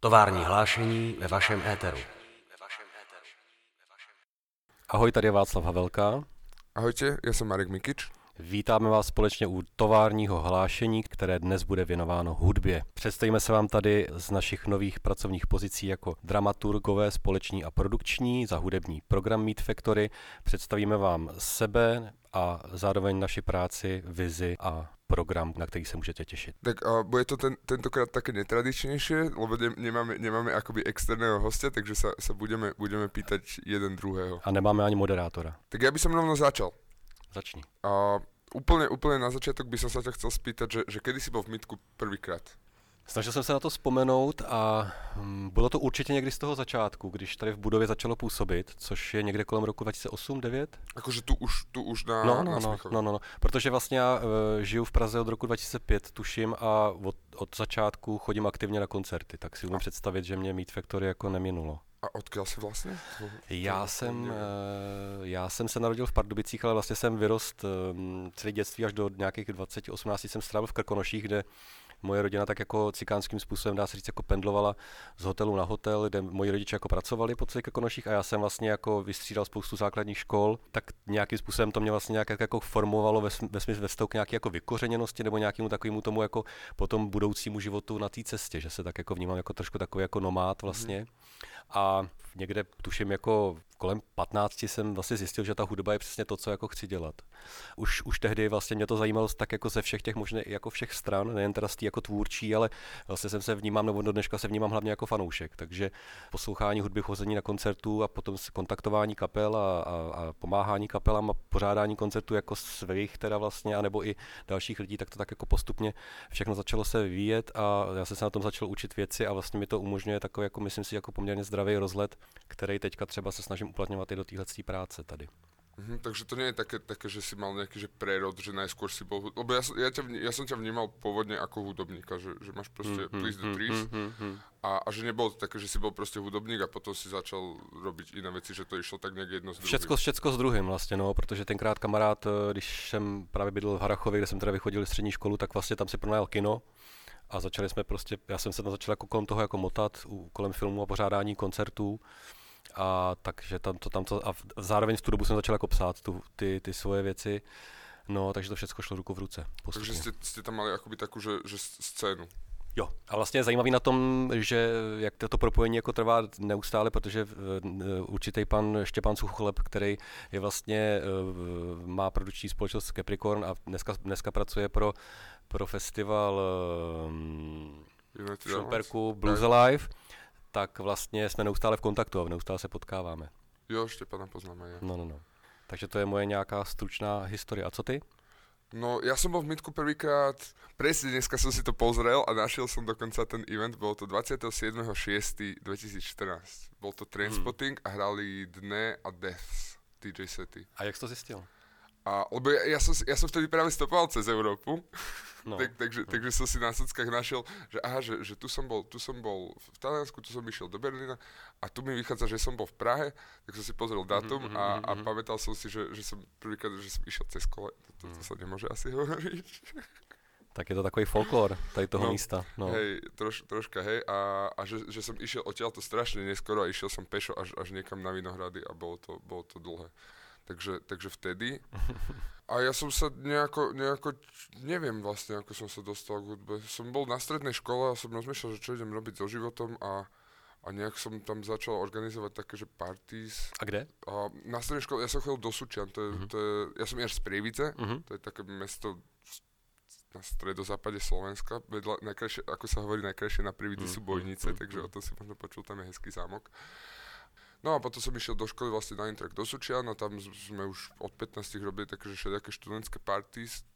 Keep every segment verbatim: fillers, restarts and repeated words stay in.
Tovární hlášení ve vašem éteru. Ahoj, tady je Václav Havelka. Ahojte, ja som Marek Mikič. Vítáme vás společně u továrního hlášení, které dnes bude věnováno hudbě. Představíme se vám tady z našich nových pracovních pozicí jako dramaturgové, společní a produkční za hudební program Meat Factory. Představíme vám sebe a zároveň naši práci, vizi a program, na který se můžete těšit. Tak uh, bude to ten, tentokrát také netradičnejšie, lebo ne, nemáme, nemáme akoby externého hostia, takže sa, sa budeme, budeme pýtať jeden druhého. A nemáme ani moderátora. Tak ja by som rovno začal. Začni. Uh, úplne, úplne na začiatok by som sa ťa chcel spýtať, že, že kedy si bol v Mytku prvýkrát? Snažil jsem se na to vzpomenout a hm, bylo to určitě někdy z toho začátku, když tady v budově začalo působit, což je někde kolem roku dva tisíce osm devět. Akože tu už, tu už na, no, no, na no, no, no, no, protože vlastně já uh, žiju v Praze od roku dva tisíce pět, tuším, a od, od začátku chodím aktivně na koncerty, tak si umím představit, že mě Meat Factory jako neminulo. A odkiaľ si vlastně? To, já, to, jsem, to uh, já jsem se narodil v Pardubicích, ale vlastně jsem vyrost um, celé dětství až do nějakých dvacet osmnáct jsem strávil v Krkonoších, kde moje rodina tak jako cikánským způsobem, dá se říct, jako pendlovala z hotelu na hotel, kde moji rodiče jako pracovali po celých Krkonoších a já jsem vlastně jako vystřídal spoustu základních škol, tak nějakým způsobem to mě vlastně nějak jako formovalo ve, ve smyslu ve vztahu k nějaké jako vykořeněnosti nebo nějakému takovému tomu jako potom budoucímu životu na té cestě, že se tak jako vnímám jako trošku takový jako nomád vlastně. Mm. A někde tuším jako kolem patnácti jsem vlastně zjistil, že ta hudba je přesně to, co jako chci dělat. Už, už tehdy vlastně mě to zajímalo tak jako ze všech těch možných jako všech stran, nejen teda z té jako tvůrčí, ale vlastně jsem se vnímám, nebo do dneška se vnímám hlavně jako fanoušek. Takže poslouchání hudby, chození na koncertů a potom kontaktování kapel a, a, a pomáhání kapelám a pořádání koncertů jako svých teda vlastně, anebo i dalších lidí, tak to tak jako postupně všechno začalo se vyvíjet a já jsem se na tom začal učit věci a vlastně mi to umožňuje takový, jako myslím si, jako poměrně zdravý rozhled, který teďka třeba se snažím uplatňovat i do téhleté práce tady. Mhm, takže to nie je také, také, že si mal nejaký že prerod, že najskôr si bol, lebo ja, ja, ťa, ja som ťa vnímal pôvodne ako hudobníka, že, že máš proste mm-hmm, Please the Trees mm-hmm. a, a že nebolo to také, že si bol proste hudobník a potom si začal robiť iné veci, že to išlo tak nejak jedno s druhým. Všecko, všecko s druhým vlastně, no, protože tenkrát kamarád, když jsem právě bydlel v Harrachově, kde jsem teda vychodil střední školu, tak vlastně tam si pronajal kino a začali jsme prostě, já jsem se tam začal jako kolem toho jako motat, kolem filmů a pořádání koncertů. A takže tam to, tam to, a zároveň v tu dobu jsem začal jako psát tu, ty, ty svoje věci, no takže to všechno šlo ruku v ruce. Postupně. Takže jste, jste tam mali akoby takú, že, že scénu. Jo, a vlastně je zajímavý na tom, že jak to propojení jako trvá neustále, protože určitý pan Štěpán Suchleb, který je vlastně, má produkční společnost Capricorn a dneska, dneska pracuje pro, pro festival um, v Šumperku Blues Alive, tak vlastně jsme neustále v kontaktu a neustále se potkáváme. Jo, Štěpana poznáme, ja. No, no, no. Takže to je moje nějaká stručná historie. A co ty? No, ja som bol v Mytku prvýkrát, presne dneska som si to pozrel a našiel som dokonca ten event, bolo to dvadsiateho siedmeho šiesteho dvetisícštrnásť. Bol to Trainspotting hmm. a hrali Dne a Deaths dý džej sety. A jak jsi to zjistil? A, lebo ja, ja, som, ja som vtedy práve stopoval cez Európu, no. tak, takže, no. takže som si na sockách našiel, že aha, že, že tu, som bol, tu som bol v Taliansku, tu som išiel do Berlína a tu mi vychádza, že som bol v Prahe, tak som si pozrel dátum mm-hmm, a, a pamätal som si, že, že som prvýkrát, že som išiel cez kole, to, to, to sa nemôže asi hovoriť. Tak je to takový folklór tady toho no, místa. No. Hej, troš, troška, hej, a, a že, že som išiel odtiaľto strašne neskoro a išiel som pešo až, až niekam na Vinohrady a bolo to, bolo to dlhé. Takže, takže vtedy. A ja som sa nejako, nejako, neviem vlastne, ako som sa dostal k hudbe. Som bol na strednej škole a som rozmýšľal, že čo idem robiť so životom a, a nejak som tam začal organizovať také, že parties. A kde? A na strednej škole, ja som chodil do Sučian, to je, uh-huh. to je, ja som ináč z Prievidze, uh-huh. to je také mesto na stredozápade Slovenska, vedľa, najkrajšie, ako sa hovorí, najkrajšie na Prievidzi uh-huh. sú Bojnice, uh-huh. takže o tom si možno počul, tam je hezký zámok. No a potom som išiel do školy vlastne na Intrak do Sučian a tam sme už od pätnástich robili také, že všelijaké študentské parties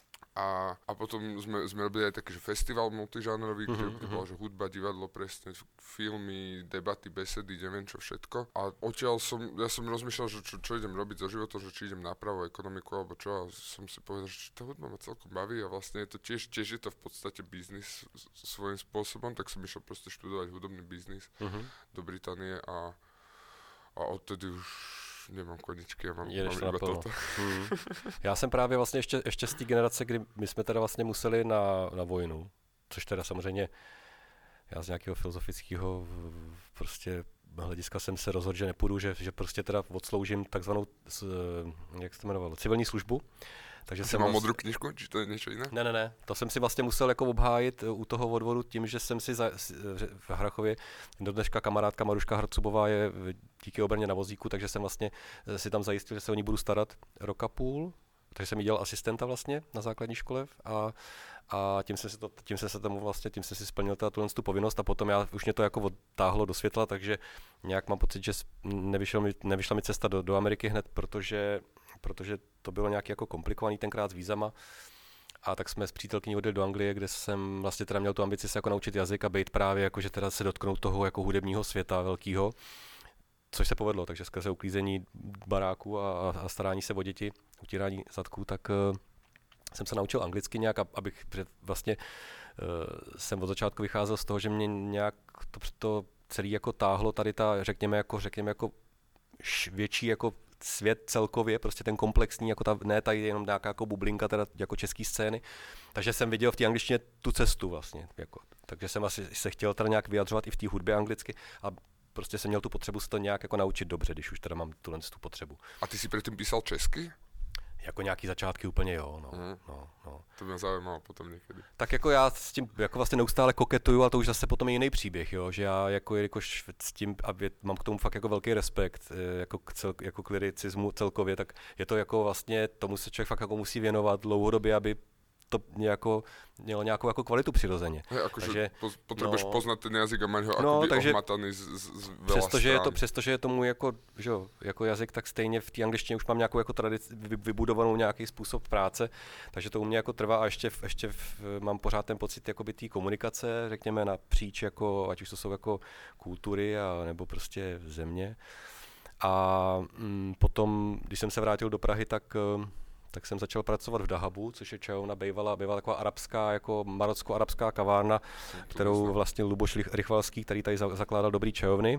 a, a potom sme, sme robili aj taký, že festival multižánrový, uh-huh, kde uh-huh. bola, že hudba, divadlo, presne, filmy, debaty, besedy, neviem čo všetko. A odtiaľ som, ja som rozmýšľal, že čo, čo idem robiť so životom, že či idem napravo, ekonomiku alebo čo a som si povedal, že tá hudba ma celkom baví a vlastne je to tiež, tiež je to v podstate biznis svojím spôsobom, tak som išiel proste študovať hudobný biznis uh-huh. do Británie a A odtedy už nemám koničky, já mám, mám iba toto. Hmm. Já jsem právě vlastně ještě, ještě z té generace, kdy my jsme teda vlastně museli na, na vojnu, což teda samozřejmě já z nějakého filozofického prostě hlediska jsem se rozhodl, že nepůjdu, že, že prostě teda odsloužím takzvanou, jak se to jmenovalo, civilní službu. Takže jsem mám vlastně... modrou knižku, či to je něco jiné? Ne, ne, ne, to jsem si vlastně musel jako obhájit u toho odvodu tím, že jsem si za, v Hrachově, do dneška kamarádka Maruška Hrcubová je díky obrně na vozíku, takže jsem vlastně si tam zajistil, že se o ní budu starat rok a půl, takže jsem jí dělal asistenta vlastně na základní škole a a tím jsem si to, tím jsem se tomu vlastně, tím jsem si splnil tuhle tu povinnost a potom já už mě to jako odtáhlo do světla, takže nějak mám pocit, že nevyšel mi, nevyšla mi cesta do, do Ameriky hned, protože, protože to bylo nějak jako komplikovaný tenkrát s vízama. A tak jsme s přítelkyní odjeli do Anglie, kde jsem vlastně teda měl tu ambici se jako naučit jazyk a být právě jako, že teda se dotknout toho jako hudebního světa velkého, což se povedlo, takže skrze uklízení baráku a, a starání se o děti, utírání zadků, tak jsem se naučil anglicky nějak, abych vlastně uh, jsem od začátku vycházel z toho, že mě nějak to, to celý jako táhlo tady ta, řekněme jako, řekněme jako větší jako svět celkově, prostě ten komplexní, jako ta, ne tady jenom nějaká jako bublinka teda jako český scény, takže jsem viděl v té angličtině tu cestu vlastně, jako, takže jsem asi se chtěl teda nějak vyjadřovat i v té hudbě anglicky a prostě jsem měl tu potřebu se to nějak jako naučit dobře, když už teda mám tuhle tu potřebu. A ty si předtím písal česky? Jako nějaký začátky úplně jo, no, mm. no, no. To mě zajímalo potom někdy. Tak jako já s tím jako vlastně neustále koketuju, ale to už zase potom je jiný příběh, jo, že já jako jelikož s tím, a mám k tomu fakt jako velký respekt, jako k, cel, jako k liricismu celkově, tak je to jako vlastně, tomu se člověk fakt jako musí věnovat dlouhodobě, aby to nějako, mělo nějakou jako kvalitu přirozeně. Hey, jako takže potřebuješ no, poznat ten jazyk a mať ho no, akoby takže, ohmataný z, z, z veľa přestože strán. Je to, přestože je tomu jako, že jo, jako jazyk, tak stejně v té angličtině už mám nějakou jako tradici, vybudovanou nějaký způsob práce, takže to u mě jako trvá a ještě, ještě v, mám pořád ten pocit jakoby té komunikace, řekněme napříč, jako, ať už to jsou jako kultury a, nebo prostě země. A mm, potom, když jsem se vrátil do Prahy, tak tak jsem začal pracovat v Dahabu, což je čajovna, bývala, bývala taková arabská, jako marocko-arabská kavárna, kterou vlastně Luboš Rychvalský, který tady zakládal dobrý čajovny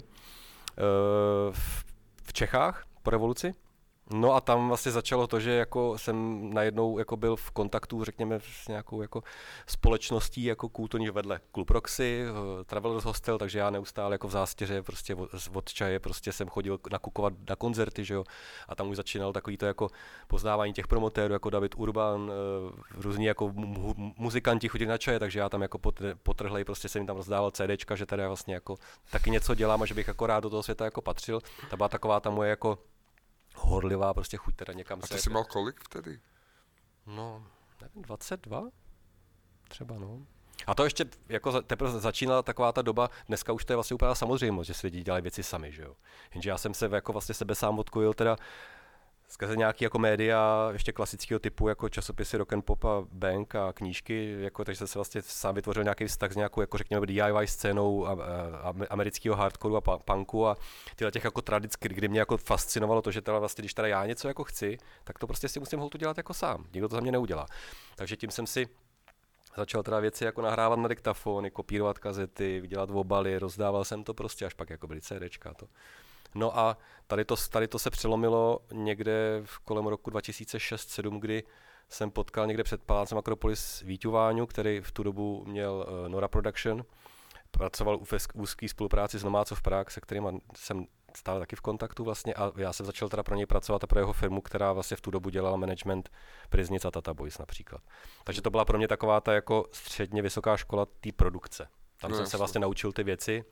v Čechách po revoluci. No a tam vlastně začalo to, že jako jsem najednou jako byl v kontaktu, řekněme, s nějakou jako společností jako kulturní vedle Klub Roxy, Travelers Hostel, takže já neustále jako v zástěře prostě od, od čaje prostě jsem chodil nakukovat na koncerty, že jo, a tam už začínal takový to jako poznávání těch promotérů, jako David Urban, různí jako mu, muzikanti chodili na čaje, takže já tam jako potrhlej prostě jsem jim tam rozdával CDčka, že tady vlastně jako taky něco dělám a že bych jako rád do toho světa jako patřil. Ta byla taková ta moje jako horlivá prostě chuť teda někam se... A ty jsi mal kolik vtedy? No, nevím, dvacet dva? Třeba, no. A to ještě jako teprve začínala taková ta doba, dneska už to je vlastně úplně samozřejmost, že si lidi dělají věci sami, že jo. Jenže já jsem se jako vlastně sebe sám odkojil teda skrze nějaký jako média, ještě klasického typu, jako časopisy Rock and Pop a Bang a knížky, jako, takže jsem se vlastně sám vytvořil nějaký vztah s nějakou, jako řekněme, D I Y scénou a, a, a amerického hardcoreu a punku a tyhle těch jako tradic, kdy mě jako fascinovalo to, že teda vlastně, když teda já něco jako chci, tak to prostě si musím holtu dělat jako sám, nikdo to za mě neudělá. Takže tím jsem si začal teda věci jako nahrávat na diktafony, kopírovat kazety, vydělat obaly, rozdával jsem to prostě, až pak jako byly CDčka to. No a tady to, tady to se přelomilo někde v kolem roku dva tisíce šest sedm, kdy jsem potkal někde před palácem Akropolis Víťu Váňu, který v tu dobu měl uh, Nora Production, pracoval v úzké spolupráci s Nomácov Prague, se kterým jsem stále taky v kontaktu vlastně a já jsem začal teda pro něj pracovat a pro jeho firmu, která vlastně v tu dobu dělala management Priznic a Tata Boys například. Takže to byla pro mě taková ta jako středně vysoká škola té produkce. Tam no, jsem jasný. se vlastně naučil ty věci.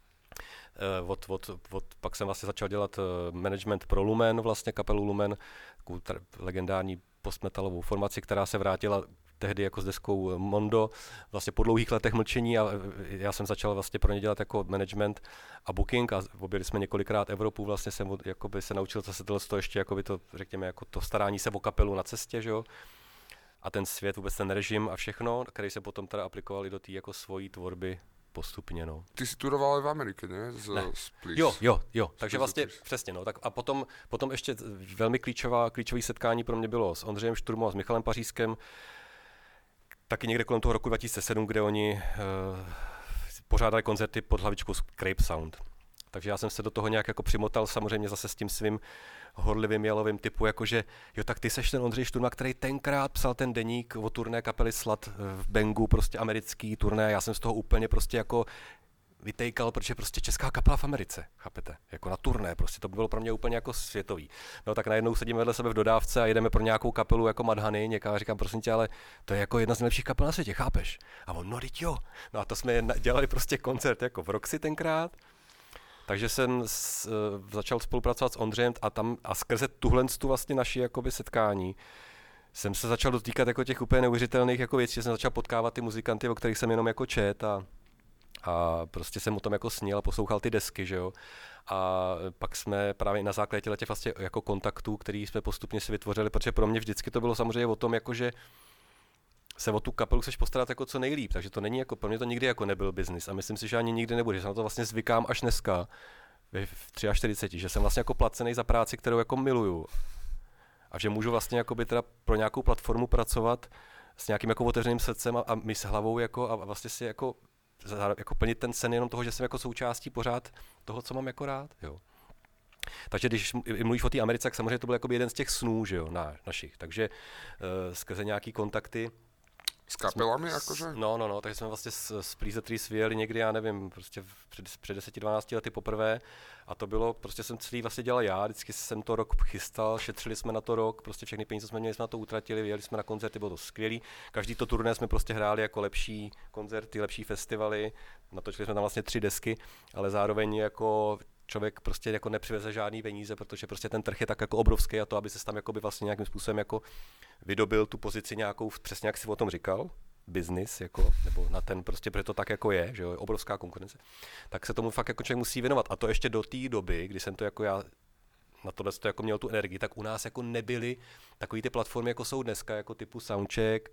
Uh, od, od, od, pak jsem vlastně začal dělat uh, management pro Lumen, vlastně kapelu Lumen, legendární postmetalovou formaci, která se vrátila tehdy jako s deskou Mondo, vlastně po dlouhých letech mlčení a já jsem začal vlastně pro ně dělat jako management a booking a objeli jsme několikrát Evropu, vlastně jsem jakoby se naučil zase to ještě jakoby to, řekněme, jako to starání se o kapelu na cestě, že jo, a ten svět, vůbec ten režim a všechno, který se potom teda aplikovali do té jako svojí tvorby postupně, no. Ty jsi turoval i v Americe, ne? Z, ne. Z jo, jo, jo, takže vlastně přesně, no, tak a potom, potom ještě velmi klíčová, klíčové setkání pro mě bylo s Ondřejem Šturmou a s Michalem Pařískem, taky někde kolem toho roku dva tisíce sedm, kde oni uh, pořádali koncerty pod hlavičkou Scrape Sound. Takže já jsem se do toho nějak jako přimotal samozřejmě zase s tím svým horlivým jalovým typu, jakože jo, tak ty seš ten Ondřej Šturma, který tenkrát psal ten deník o turné kapely Slat v Bengu, prostě americký turné, já jsem z toho úplně prostě jako vytejkal, protože prostě česká kapela v Americe, chápete, jako na turné, prostě to by bylo pro mě úplně jako světový. No tak najednou sedíme vedle sebe v dodávce a jedeme pro nějakou kapelu jako Madhany, někam říkám, prosím tě, ale to je jako jedna z nejlepších kapel na světě, chápeš? A on, no teď jo. No a to jsme dělali prostě koncert jako v Roxy tenkrát, takže jsem s, uh, začal spolupracovat s Ondřejem a tam a skrze tuhle tu vlastně naši jakoby setkání jsem se začal dotýkat jako těch úplně neuvěřitelných jako věcí, že jsem začal potkávat ty muzikanty, o kterých jsem jenom jako čet a A prostě jsem o tom jako snil a poslouchal ty desky, že jo. A pak jsme právě na základě těch vlastně jako kontaktů, který jsme postupně si vytvořili, protože pro mě vždycky to bylo samozřejmě o tom, jako že se o tu kapelu chceš postarat jako co nejlíp, takže to není jako, pro mě to nikdy jako nebyl biznis a myslím si, že ani nikdy nebude, že se na to vlastně zvykám až dneska, v čtyřiceti tři, že jsem vlastně jako placený za práci, kterou jako miluju a že můžu vlastně jako by teda pro nějakou platformu pracovat s nějakým jako otevřeným srdcem a, a my s hlavou jako a vlastně si jako jako plnit ten sen jenom toho, že jsem jako součástí pořád toho, co mám jako rád, jo. Takže když mluvíš o té Americe, tak samozřejmě to byl jako jeden z těch snů, že jo, na, našich. Takže uh, skrze nějaký kontakty. S kapelami jakože? No, no, no, takže jsme vlastně s, s Please the Trees vyjeli někdy, já nevím, prostě před, před deseti dvanácti lety poprvé a to bylo, prostě jsem celý vlastně dělal já, vždycky jsem to rok chystal, šetřili jsme na to rok, prostě všechny peníze jsme měli, jsme na to utratili, vyjeli jsme na koncerty, bylo to skvělý, každý to turné jsme prostě hráli jako lepší koncerty, lepší festivaly, natočili jsme tam vlastně tři desky, ale zároveň jako člověk prostě jako nepřiveze žádný peníze, protože prostě ten trh je tak jako obrovský a to, aby se tam jako by vlastně nějakým způsobem jako vydobil tu pozici nějakou, přesně jak si o tom říkal, business, jako, nebo na ten prostě, protože to tak jako je, že jo, je obrovská konkurence, tak se tomu fakt jako člověk musí věnovat. A to ještě do té doby, kdy jsem to jako já na tohle to jako měl tu energii, tak u nás jako nebyly takový ty platformy, jako jsou dneska, jako typu Soundcheck,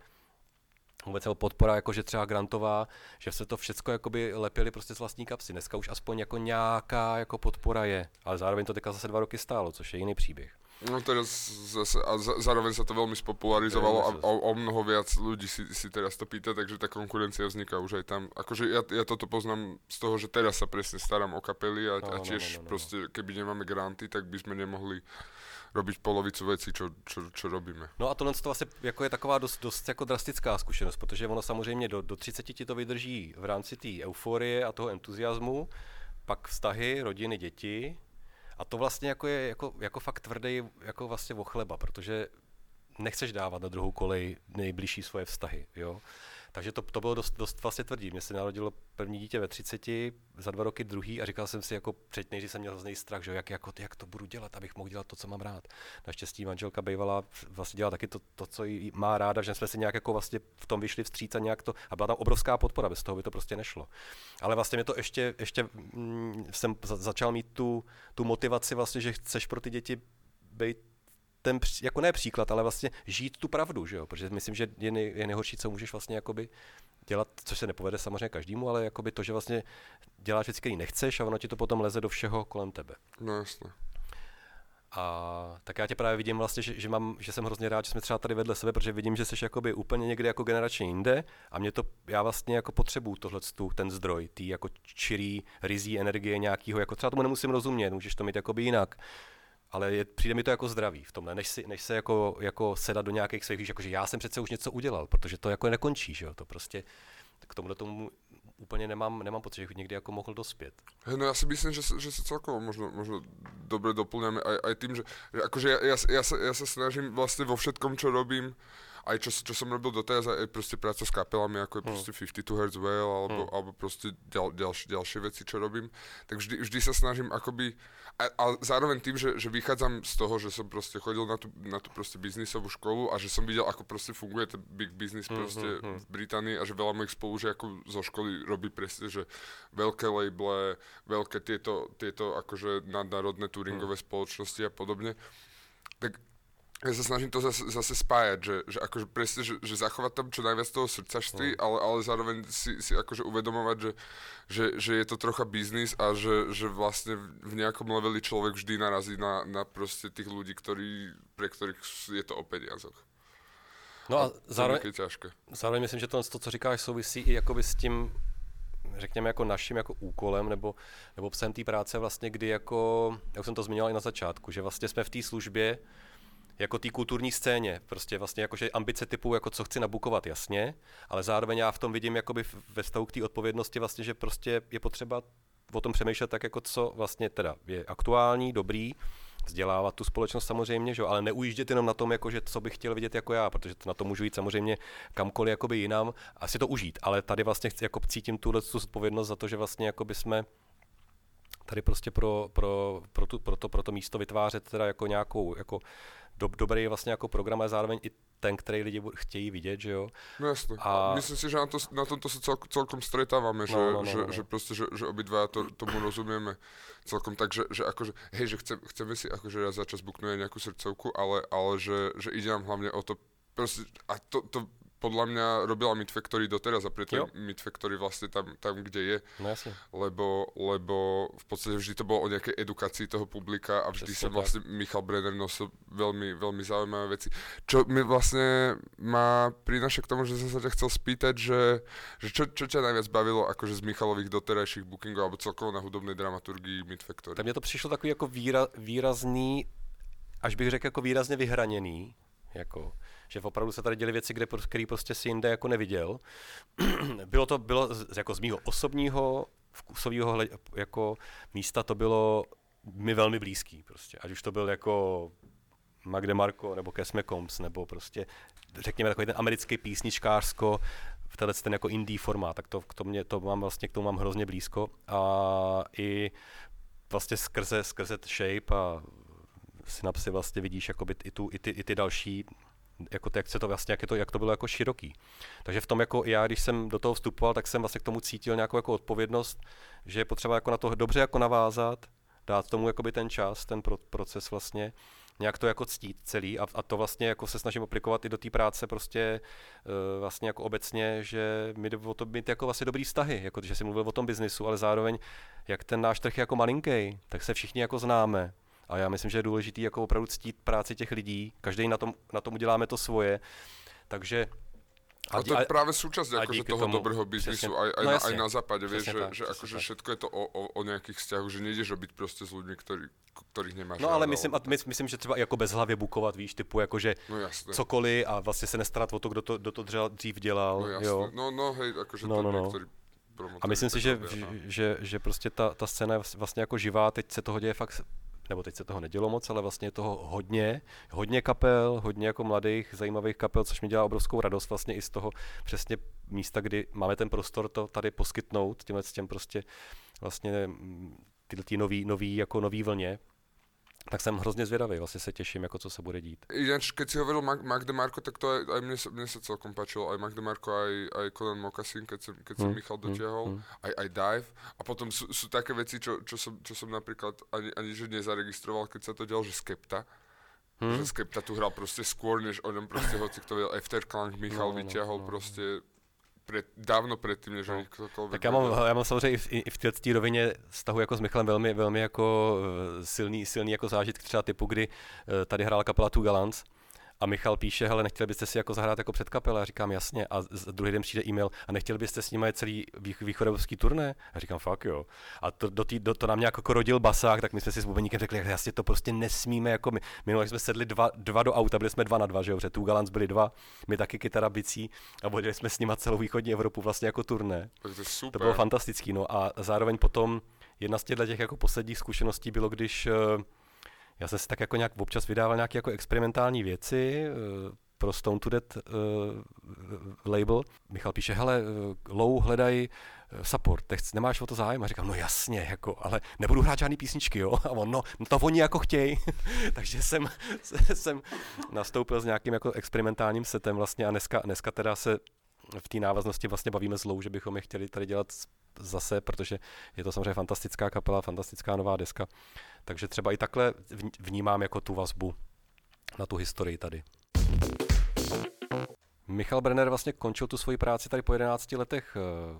vůbec podpora, jakože třeba grantová, že se to všecko jakoby lepili prostě z vlastní kapsy. Dneska už aspoň jako nějaká jako podpora je, ale zároveň to teďka zase dva roky stálo, což je jiný příběh. No teraz zase, a zároveň sa to veľmi spopularizovalo a o, o mnoho viac ľudí si, si teraz to pýta, takže tá konkurencia vzniká už aj tam. Akože ja, ja toto poznám z toho, že teraz sa presne starám o kapely a, no, a tiež no, no, no, no. proste, keby nemáme granty, tak by sme nemohli robiť polovicu vecí, čo, čo, čo robíme. No a tohle to vlastně jako je taková dost, dost jako drastická zkušenost, protože ono samozřejmě do, do třiceti ti to vydrží v rámci té euforie a toho entuziasmu, pak vztahy, rodiny, děti. A to vlastně jako je jako, jako fakt tvrdý jako vlastně o chleba, protože nechceš dávat na druhou kolej nejbližší svoje vztahy, jo. Takže to, to bylo dost, dost vlastně tvrdý. Mně se narodilo první dítě ve třiceti, za dva roky druhý a říkal jsem si jako před nejdřív jsem měl hrozný strach, že jak, jako, jak to budu dělat, abych mohl dělat to, co mám rád. Naštěstí manželka bývala vlastně dělala taky to, to, co jí má ráda, že jsme si nějak jako vlastně v tom vyšli vstříc a nějak to, a byla tam obrovská podpora, bez toho by to prostě nešlo. Ale vlastně mě to ještě, ještě mm, jsem za, začal mít tu, tu motivaci vlastně, že chceš pro ty děti být ten, jako ne příklad, ale vlastně žít tu pravdu, že jo, protože myslím, že je, nej, je nejhorší, co můžeš vlastně jakoby dělat, což se nepovede samozřejmě každému, ale jakoby to, že vlastně děláš věci, které nechceš a ono ti to potom leze do všeho kolem tebe. No jasně. A tak já tě právě vidím vlastně, že, že, mám, že jsem hrozně rád, že jsme třeba tady vedle sebe, protože vidím, že jsi jakoby úplně někde jako generačně jinde a mě to, já vlastně jako potřebuju tohletu, ten zdroj, tý jako čirý, rizí energie nějakýho, jako třeba tomu nemusím rozumět, můžeš to mít jakoby jinak. Ale je, přijde mi to jako zdravý v tomhle, než, si, než se jako, jako sedat do nějakých svých, víš, jakože já jsem přece už něco udělal, protože to jako nekončí, že jo, to prostě k tomuhle tomu úplně nemám, nemám pocit, že bych někdy jako mohl dospět. Hey, no ja si myslím, že, že sa celkovo možno, možno dobre doplňame aj, aj tým, že, že akože ja, ja, ja, sa, ja sa snažím vlastne vo všetkom, čo robím, aj čo, čo som robil doteraz, aj proste práca s kapelami, ako je proste fifty-two hertz Whale, alebo, hmm. alebo proste ďal, ďalšie, ďalšie veci, čo robím, tak vždy, vždy sa snažím akoby, a, a zároveň tým, že, že vychádzam z toho, že som proste chodil na tú, na tú proste biznisovú školu a že som videl, ako proste funguje ten big business proste hmm, hmm, hmm. v Británii a že veľa mojich spolužiakov zo školy robí presne, že veľké labele, veľké tieto, tieto akože nadnárodné touringové hmm. spoločnosti a podobne, tak ja sa snažím to zase, zase spájať, že, že akože presne, že, že zachovať tam čo najviac toho srdcaštví, mm. ale, ale zároveň si, si akože uvedomovať, že, že, že je to trocha biznis a že, že vlastne v nejakom leveli človek vždy narazí na, na proste tých ľudí, ktorí, pre ktorých je to o peniazoch. No a, a zároveň, ťažké. zároveň myslím, že to, to, co říkáš, souvisí i jakoby s tím, řekněme, jako naším jako úkolem nebo, nebo obsahem té práce vlastně, kdy jako, jak jsem to zmiňoval i na začátku, že vlastně jsme v té službě jako té kulturní scéně, prostě vlastně jakože ambice typu, jako co chci nabukovat, jasně, ale zároveň já v tom vidím jakoby ve vztahu k té odpovědnosti vlastně, že prostě je potřeba o tom přemýšlet tak, jako co vlastně teda je aktuální, dobrý, vzdělávat tu společnost samozřejmě, že? Ale neujíždět jenom na tom, jako, že co bych chtěl vidět jako já, protože to na to můžu jít samozřejmě kamkoliv jakoby jinam a si to užít, ale tady vlastně chci, jako cítím tuhle tu odpovědnost za to, že vlastně jakoby jsme tady prostě pro, pro, pro, tu, pro, to, pro to místo vytvářet teda jako nějakou jako do, dobrý vlastně jako program, ale zároveň i ten, který lidi chtějí vidět, že jo. No jasne. A myslím si, že na, to, na tomto sa cel, celkom stretávame, že, no, no, no, že, no. že proste, že, že obidva to, tomu rozumieme celkom tak, že, že akože, hej, že chcem, chceme si akože raz za čas buknúť nejakú srdcovku, ale, ale že, že ide nám hlavne o to, proste, a to, to podľa mňa robila Meat Factory doteraz a preto je Meat Factory vlastne tam, tam, kde je. No jasne. Lebo, lebo v podstate vždy to bolo o nejakej edukácii toho publika a vždy sa vlastne Michal Brenner nosil veľmi, veľmi zaujímavé veci. Čo mi vlastne ma prináša k tomu, že som sa ťa chcel spýtať, že, že čo, čo ťa najviac bavilo akože z Michalových doterajších bookingov alebo celkovo na hudobnej dramaturgii Meat Factory? Tak mně to přišlo takový jako výra, výrazný, až bych řekl jako výrazně vyhraněný, jako že opravdu se tady děly věci, kde, který prostě si jinde jako neviděl. Bylo to bylo z, jako z mýho osobního vkusového jako místa to bylo mi velmi blízký prostě. Ať už to byl jako Mac DeMarco nebo Kes McCombs nebo prostě řekněme takový ten americký písničkářsko v tenhle ten jako indie formát, tak to, to, mě, to mám vlastně k tomu mám hrozně blízko a i vlastně skrze, skrze Shape a Synapsy vlastně vidíš jakoby i, tu, i, ty, i ty další jako to, jak, se to vlastně, jak, je to, jak to bylo jako široký. Takže v tom jako já, když jsem do toho vstupoval, tak jsem vlastně k tomu cítil nějakou jako odpovědnost, že je potřeba jako na to dobře jako navázat, dát tomu jakoby ten čas, ten pro, proces vlastně, nějak to jako ctít celý a, a to vlastně jako se snažím aplikovat i do té práce prostě uh, vlastně jako obecně, že my jde o to mít jako vlastně dobrý vztahy, jako že jsi mluvil o tom biznisu, ale zároveň jak ten náš trh je jako malinký, tak se všichni jako známe. A já myslím, že je důležitý jako opravdu ctít práci těch lidí, každý na tom, na tom uděláme to svoje, takže... A, a to je práve súčasť akože toho tomu, dobrého biznisu, aj, aj, no, na, aj na západe, vieš, že, že akože všetko je to o, o, o nejakých vzťahoch, že nejdeš robiť proste s ľuďmi, ktorý, ktorých nemáš. No ale myslím, a my, myslím, že třeba jako bezhlavě bukovat, víš, typu jakože no, cokoliv a vlastně se nestarat o to, kdo to, kdo to dřív dělal. No jasné, jo. no, no hej, akože no, to no, no. niektorý a myslím si, že, že, že, že prostě ta, ta scéna je vlastně jako živá, teď se toho děje fakt, nebo teď se toho nedělo moc, ale vlastně je toho hodně, hodně kapel, hodně jako mladých, zajímavých kapel, což mi dělá obrovskou radost vlastně i z toho přesně místa, kdy máme ten prostor to tady poskytnout, těmhle s těm prostě vlastně tyhle tí nový, nový, jako nový vlně. Tak jsem hrozně zvědavý, vlastně se těším, jako co se bude dít. Ináč, keď si hovoril Mac, Mac DeMarco, tak to aj, aj mne, sa, mne sa celkom páčilo, aj Mac DeMarco, aj, aj Conan Moccasin, keď si, keď si mm, Michal dotiahol, mm, aj, aj Dive. A potom sú, sú také veci, čo, čo, som, čo som napríklad ani, ani že nezaregistroval, keď sa to dialo, že Skepta. Hmm? Že Skepta tu hral proste skôr, než o ňom proste hoci kto vedel. Afterklang Michal no, vyťahol no, no, proste... Před, dávno předtím, než oni ktokoľvek... Tak já mám, já mám samozřejmě i v, i v této rovině vztahu jako s Michalem velmi, velmi jako silný, silný jako zážitek třeba typu, kdy tady hrála kapela Two Gallants a Michal píše, hele, nechtěli byste si jako zahrát jako předkapela? A říkám, jasně. A druhý den přijde e-mail, a nechtěli byste s nimi jet celý východoevropský turné? A říkám, fakt jo. A to, do tý, do, to na mě jako rodil basák, tak my jsme si s bubeníkem řekli, jasně to prostě nesmíme, jako my. Minulé jsme sedli dva, dva do auta, byli jsme dva na dva, že jo, protože Two Gallants byli dva, my taky kytara bicí a vodili jsme s nima celou východní Evropu vlastně jako turné. To, je super. To bylo fantastický, no a zároveň potom jedna z těchto těch jako posledních zkušeností bylo, když já jsem si tak jako nějak občas vydával nějaké jako experimentální věci uh, pro Stone to Death uh, label. Michal píše, hele, uh, Low hledají uh, support, tak nemáš o to zájem? A říkám, no jasně, jako, ale nebudu hrát žádný písničky, jo? A on, no, to oni jako chtějí. Takže jsem, jsem nastoupil s nějakým jako experimentálním setem vlastně a dneska, dneska teda se v té návaznosti vlastně bavíme s Low, že bychom je chtěli tady dělat zase, protože je to samozřejmě fantastická kapela, fantastická nová deska. Takže třeba i takhle vnímám jako tu vazbu na tu historii tady. Michal Brenner vlastně končil tu svoji práci tady po jedenácti letech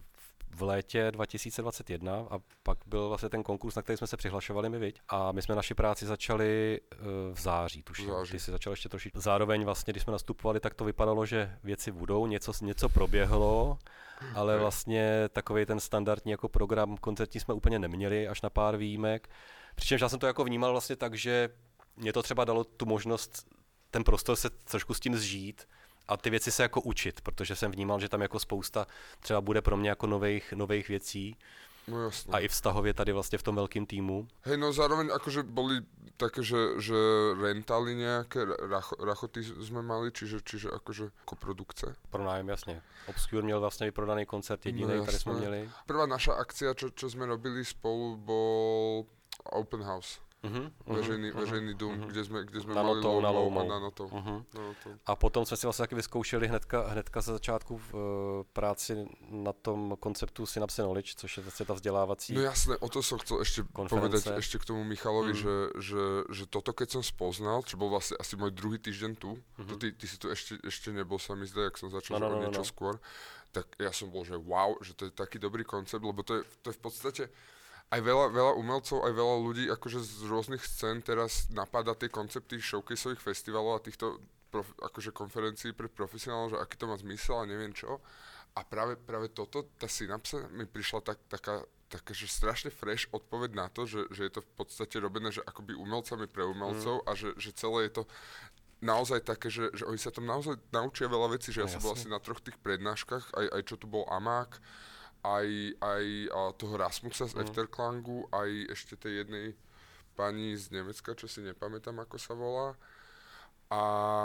v létě dva tisíce dvacet jedna a pak byl vlastně ten konkurs, na který jsme se přihlašovali my, viď? A my jsme naši práci začali uh, v září, tuším. Září. Ty jsi začal ještě trošičku. Zároveň vlastně, když jsme nastupovali, tak to vypadalo, že věci budou, něco, něco proběhlo, ale vlastně takový ten standardní jako program koncertní jsme úplně neměli, až na pár výjimek. Přičemž já jsem to jako vnímal vlastně tak, že mě to třeba dalo tu možnost ten prostor se trošku s tím zžít a ty věci se jako učit, protože jsem vnímal, že tam jako spousta třeba bude pro mě jako nových, nových věcí. No jasné. A i vztahově tady vlastně v tom velkým týmu. Hej, no zároveň akože boli také, že, že rentály nejaké, rach, rachoty sme mali, čiže, čiže akože koprodukce. Pronájem, jasně. Obscure měl vlastně vyprodaný koncert jediný, no, který jsme měli. Prvá naša akcia, čo, čo sme robili spolu, bol Open House. Uh-huh, veřejný, uh-huh, veřejný dům, uh-huh. kde jsme, kde jsme na mali notou, na logo a na notou. Uh-huh. A potom jsme si vlastně taky vyzkoušeli hnedka, hnedka ze začátku v uh, práci na tom konceptu Synapse Knowledge, což je vlastně ta vzdělávací No jasné, o to som chcel ešte konference. povedať ešte k tomu Michalovi, mm. že, že, že toto keď som spoznal, čo bol vlastne asi môj druhý týždeň tu, mm-hmm. to ty, ty si tu ešte, ešte nebol, sa mi zdá, jak som začal no, no, no, niečo no. skôr, tak ja som bol, že wow, že to je taký dobrý koncept, lebo to je, to je v podstate aj veľa, veľa umelcov, aj veľa ľudí akože z rôznych scén teraz napadá tie koncepty showcaseových festivalov a týchto prof, akože konferencií pre profesionálov, že aký to má zmysel a neviem čo. A práve, práve toto, tá synapse mi prišla tak, taká, taká, že strašne fresh odpoveď na to, že, že je to v podstate robené, že akoby umelcami pre umelcov mm. a že, že celé je to naozaj také, že, že oni sa tam naozaj naučia veľa vecí, že ja, ja som bol asi na troch tých prednáškach, aj, aj čo tu bol Amák, aj, aj a toho Rasmusa z mm. Efterklangu, aj ešte tej jednej pani z Nemecka, čo si nepamätám, ako sa volá. A,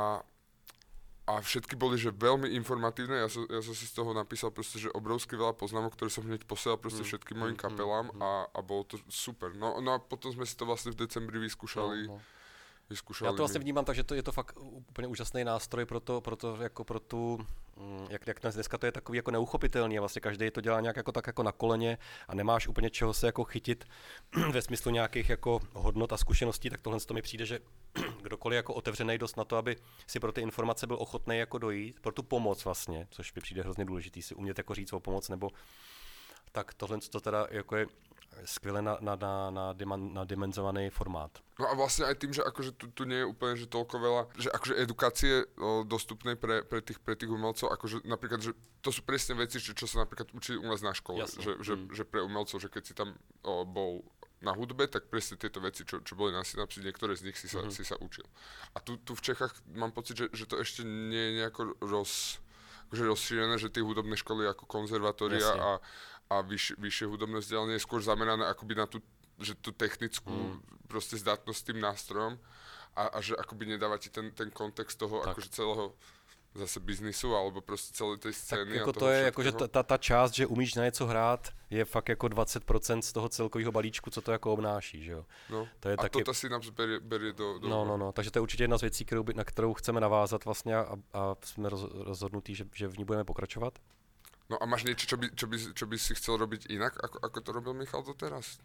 a všetky boli, že veľmi informatívne, ja som, ja som si z toho napísal proste, že obrovské veľa poznámok, ktoré som hneď posielal proste mm. všetkým mojim kapelám mm. a, a bolo to super. No, no a potom sme si to vlastne v decembri vyskúšali. No, no. Já to vlastně vnímám tak, že to je to fakt úplně úžasný nástroj pro to, pro to jako pro tu, jak, jak dneska to je takový jako neuchopitelný a vlastně každý to dělá nějak jako tak jako na koleně a nemáš úplně čeho se jako chytit ve smyslu nějakých jako hodnot a zkušeností, tak tohle to mi přijde, že kdokoliv jako otevřený dost na to, aby si pro ty informace byl ochotný jako dojít, pro tu pomoc vlastně, což mi přijde hrozně důležitý si umět jako říct o pomoc, nebo tak tohle to teda jako je skvěle na, na, na, na, diman, na dimenzovaný formát. No a vlastne aj tým, že akože tu, tu nie je úplne že toľko veľa, že akože edukácie o, dostupnej pre, pre, tých, pre tých umelcov, akože napríklad, že to sú presne veci, čo, čo sa napríklad učili u nás na škole, že, že, mm. že pre umelcov, že keď si tam o, bol na hudbe, tak presne tieto veci, čo, čo boli na synapsi, niektoré z nich si sa, mm. si sa učil. A tu, tu v Čechách mám pocit, že, že to ešte nie je nejako roz, akože rozšírené, že tie hudobné školy ako konzervatória a a vyš, vyššie hudobné vzdelanie je skôr zamerané akoby na tú, že tú technickú mm. proste zdatnosť tým nástrojom a, a že akoby nedáva ti ten, ten kontext toho tak. akože celého zase biznisu alebo prostě celé tej scény. Tak jako a toho to je jako, že ta, ta část, že umíš na něco hrát, je fakt jako dvacet procent z toho celkového balíčku, co to jako obnáší, že jo. No. To je a taky... to ta Synapse berie, berie do, do... No, no, no, takže to je určitě jedna z věcí, kterou by, na kterou chceme navázat vlastně a, a jsme roz, rozhodnutí, že, že v ní budeme pokračovat. No a máš niečo, čo by, čo by, čo by si chcel robiť inak, ako, ako to robil Michal doteraz?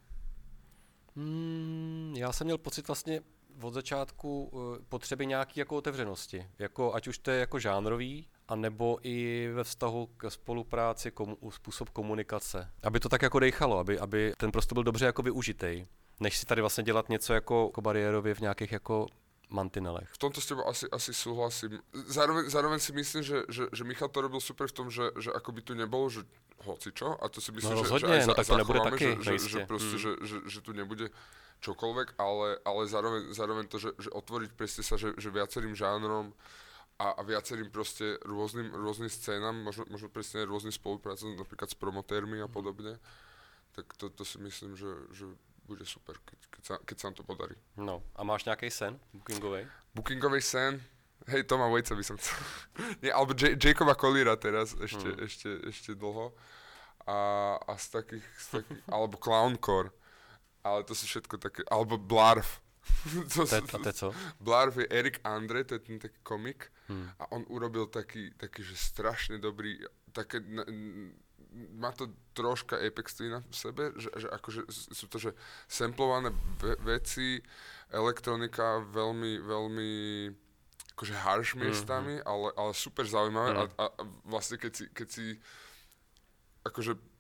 Hmm, já jsem měl pocit vlastně od začátku uh, potřeby nějaký jako otevřenosti, jako ať už to je jako žánrový, anebo i ve vztahu k spolupráci, komu, způsob komunikace. Aby to tak jako dejchalo, aby, aby ten prostor byl dobře jako využitej, než si tady vlastně dělat něco jako, jako bariérově v nějakých jako mantinelech. V tomto s tebou asi, asi súhlasím. Zároveň, zároveň si myslím, že, že, že Michal to robil super v tom, že, že ako by tu nebolo, že hocičo, a to si myslím, no, že, rozhodně, že aj no, tak to nebude zachováme, taky, že, že, že, proste, hmm. že, že, že tu nebude čokoľvek, ale, ale zároveň, zároveň to, že, že otvoriť presne sa, že, že viacerým žánrom a, a viacerým proste rôznym, rôznym scénam, možno, možno presne rôznym spoluprácom, napríklad s promotérmi a podobne, tak to, to si myslím, že, že bude super, keď, keď, sa, keď sa nám to podarí. No, a máš nejaký sen bookingovej? Bookingovej sen? Hej, Toma Waitsa by som chcel. Nie, alebo J- Jacoba Colliera teraz, ešte, hmm. ešte, ešte dlho. A, a z takých, z takých alebo Clowncore. Ale to sú všetko také, alebo Blarf. to, to, to, to co? Blarf je Erik Andre, to je ten taký komik. Hmm. A on urobil taký, taký, že strašne dobrý, také... N- má to troška Apex Twina v sebe, že, že akože sú to, že samplované ve- veci, elektronika veľmi, veľmi akože harsh miestami, mm-hmm. ale, ale super zaujímavé mm. a, a, a vlastne keď si, keď si akože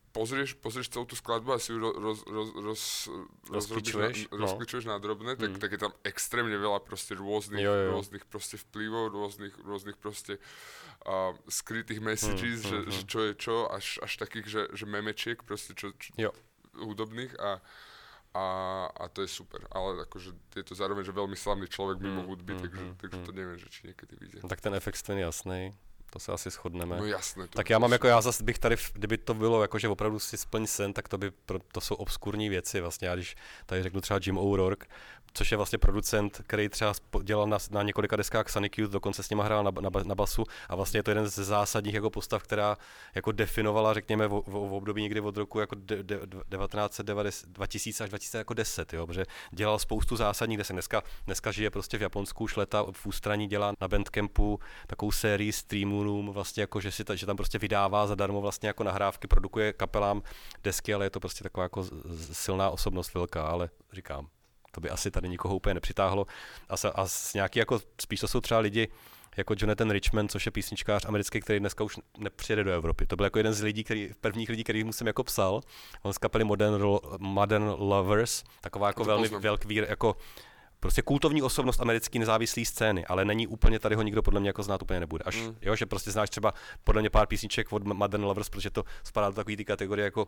pozrieš, pozrieš celú tú skladbu a si ju roz, roz, roz, roz, rozkličuješ, na, no. rozkličuješ na drobné, tak, mm. tak je tam extrémne veľa proste rôznych, jo, jo. rôznych proste vplyvov, rôznych, rôznych proste uh, skrytých messages, mm, že, mm, že čo je čo, až, až takých, že, že memečiek proste čo, čo jo. hudobných a A, a to je super, ale akože je to zároveň, že veľmi slavný človek mimo hudby, mm, takže, mm, takže mm. to neviem, že či niekedy vyjde. No, tak ten efekt ten je jasný, to se asi shodneme. No jasné. To tak já mám jako, já zase bych tady, kdyby to bylo jako, že opravdu si splň sen, tak to by, to jsou obskurní věci vlastně, já když tady řeknu třeba Jim O'Rourke, což je vlastně producent, který třeba dělal na, na několika deskách Sonic Youth, dokonce s nima hrál na, na, na basu a vlastně je to jeden ze zásadních jako postav, která jako definovala, řekněme, v, v, v období někdy od roku jako de, de, devatenáct set devadesát, dva tisíce až dva tisíce deset, jo, protože dělal spoustu zásadních desek. Dneska, dneska žije prostě v Japonsku, už leta v ústraní, dělá na Bandcampu takovou sérii streamů, vlastně jako, že, si ta, že tam prostě vydává zadarmo vlastně jako nahrávky, produkuje kapelám desky, ale je to prostě taková jako silná osobnost velká, ale říkám, to by asi tady nikoho úplně nepřitáhlo. A, s, a s nějaký jako, spíš to jsou třeba lidi jako Jonathan Richman, což je písničkář americký, který dneska už nepřijede do Evropy. To byl jako jeden z lidí, který, prvních lidí, kterých mu jsem jako psal. On z kapely Modern, Modern Lovers, taková jako velmi velký, jako prostě kultovní osobnost americké nezávislé scény, ale není úplně, tady ho nikdo podle mě jako znát úplně nebude. Až, mm. jo, že prostě znáš třeba podle mě pár písniček od Modern Lovers, protože to spadá do takové ty kategorie jako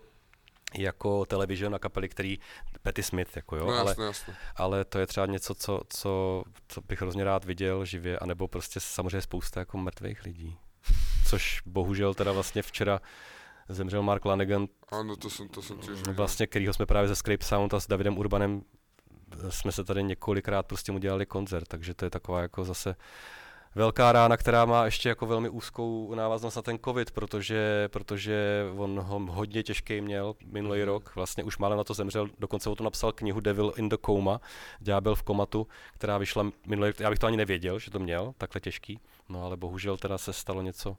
jako television a kapely, který Patti Smith, jako jo, no, jasné, ale, jasné. ale to je třeba něco, co, co, co bych hrozně rád viděl živě, anebo prostě samozřejmě spousta jako mrtvých lidí. Což bohužel teda vlastně včera zemřel Mark Lanegan, ano, to jsem, to jsem těž viděl. Vlastně, kterýho jsme právě ze Scrape Sound a s Davidem Urbanem jsme se tady několikrát prostě mu dělali koncert, takže to je taková jako zase velká rána, která má ještě jako velmi úzkou návaznost na ten covid, protože, protože on ho hodně těžký měl minulý rok, vlastně už málem na to zemřel, dokonce o tom napsal knihu Devil in the Coma, Ďábel v komatu, která vyšla minulý rok, já bych to ani nevěděl, že to měl, takhle těžký, no ale bohužel teda se stalo něco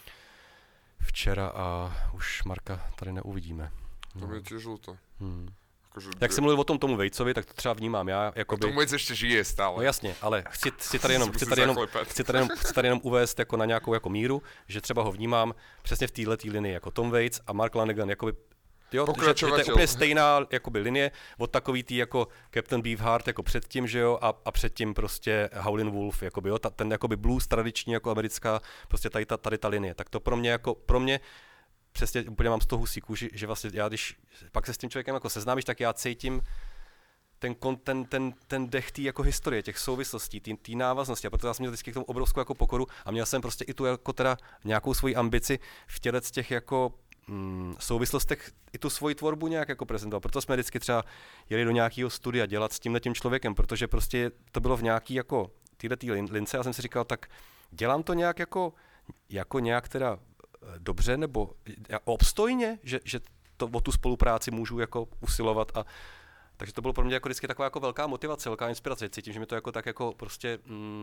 včera a už Marka tady neuvidíme. To mě těž to. Hmm. Akože, Jak jsem mluvil o tom tomu Vejcovi, tak to třeba vnímám já. Jakoby... A tomu Vejc ještě žije stále. No jasně, ale chci, chci, tady jenom, chci, tady jenom, chci, tady jenom, chci tady jenom uvést jako na nějakou jako míru, že třeba ho vnímám přesně v této linie jako Tom Waits a Mark Lanegan, jakoby, jo, že, že to je úplně stejná jakoby, linie od takový tý jako Captain Beefheart jako předtím, že jo, a, a předtím prostě Howlin' Wolf, jakoby, jo, ta, ten jakoby blues tradiční jako americká, prostě tady ta, tady ta linie. Tak to pro mě jako, pro mě přesně úplně mám z toho husí kůži, že vlastně já, když pak se s tím člověkem jako seznámíš, tak já cítím ten, ten, ten, ten dech té jako historie, těch souvislostí, té návaznosti. A proto já jsem měl vždycky k tomu obrovskou jako pokoru a měl jsem prostě i tu jako teda nějakou svoji ambici v těle z těch jako mm, souvislostech i tu svoji tvorbu nějak jako prezentovat. Proto jsme vždycky třeba jeli do nějakého studia dělat s tímhletím člověkem, protože prostě to bylo v nějaký jako téhletý lince. Já jsem si říkal, tak dělám to nějak jako, jako nějak teda dobře nebo obstojně, že, že to o tu spolupráci můžu jako usilovat a takže to bylo pro mě jako vždycky taková jako velká motivace, velká inspirace. Cítím, že mi to jako tak jako prostě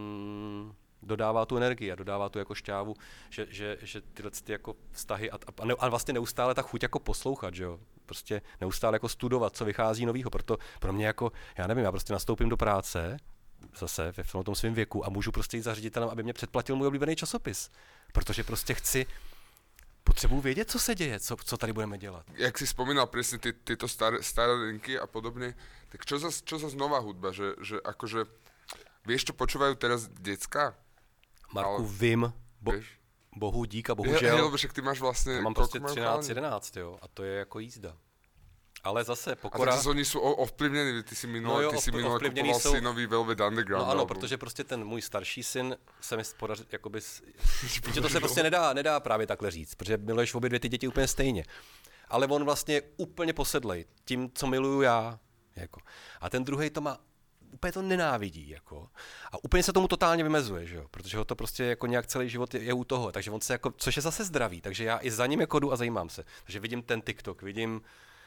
mm, dodává tu energii a dodává tu jako šťávu, že, že, že tyhle ty jako vztahy a, a, ne, a vlastně neustále ta chuť jako poslouchat, že jo. Prostě neustále jako studovat, co vychází novýho. Proto pro mě jako, já nevím, já prostě nastoupím do práce zase v tom svém věku a můžu prostě jít za ředitelem, aby mě předplatil můj oblíbený časopis. Protože prostě chci potřebuji vědět, co se děje, co, co tady budeme dělat. Jak si spomínal presne ty, tieto staré, staré linky a podobne, tak čo zas, čo zas nová hudba, že, že akože, vieš, čo počúvajú teraz decka? Marku, ale, vím, bo, bohu dík a bohužel. Je, lebo však ty máš vlastne... Mám prostě třináct jedenáct, jo, a to je jako jízda. Ale zase pokora... A tak oni jsou ovplyvněni, ty si minule, no jo, ty si minule kupoval jsou... synový Velvet Underground. No ano, album. Protože prostě ten můj starší syn se mi podařil, jakoby... že to se prostě nedá, nedá právě takhle říct, protože miluješ obě dvě ty děti úplně stejně. Ale on vlastně je úplně posedlej tím, co miluju já. Jako. A ten druhej to má, úplně to nenávidí, jako. A úplně se tomu totálně vymezuje, že jo? Protože ho to prostě jako nějak celý život je, je u toho, takže on se jako, což je zase zdravý, takže já i za ním jako jdu a zajímám se. Takže vidím ten TikTok, vidím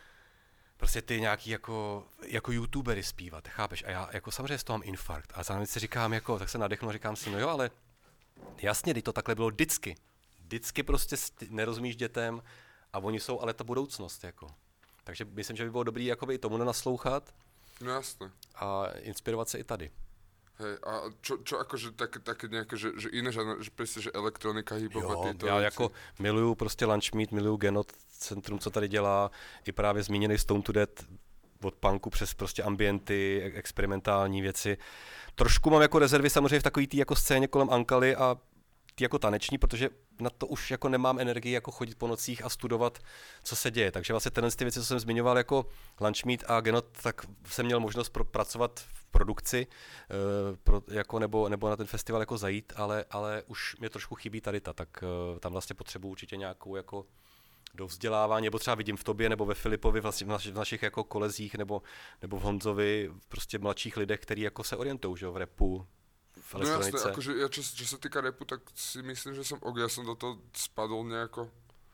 prostě ty nějaký jako, jako youtubery zpívat, chápeš? A já jako samozřejmě z toho mám infarkt. A zároveň si říkám, jako, tak se nadechnu a říkám si, no jo, ale jasně, teď to takhle bylo vždycky. Vždycky prostě nerozumíš dětem a oni jsou ale ta budoucnost, jako. Takže myslím, že by bylo dobrý jakoby i tomu nenaslouchat. No jasně. A inspirovat se i tady. Hej, a čo, čo akože také, také nejaké, že, že iné žádné, že presne, že elektronika, hip-hop a tieto já věci. jako miluju prostě Lunchmeat, miluju Genot Centrum, co tady dělá, i právě zmíněný Stone to Death od punku přes prostě ambienty, experimentální věci. Trošku mám jako rezervy samozřejmě v takový tý jako scéně kolem Ankaly a tý jako taneční, protože na to už jako nemám energii jako chodit po nocích a studovat, co se děje. Takže vlastně tyhle ty věci, co jsem zmiňoval jako Lunchmeat a Genot, tak jsem měl možnost pro, pracovat v produkci uh, pro, jako nebo, nebo na ten festival jako zajít, ale, ale už mě trošku chybí tady ta, tak uh, tam vlastně potřebuji určitě nějakou jako do vzdělávání, nebo třeba vidím v tobě nebo ve Filipovi, vlastně v, naš, v našich jako kolezích, nebo, nebo v Honzovi, prostě mladších lidech, kteří jako se orientují, že jo, v rapu, v elektronice. No jasné, akože ja čo, čo sa týka rapu, tak si myslím, že som, ok, ja som do toho spadol nejako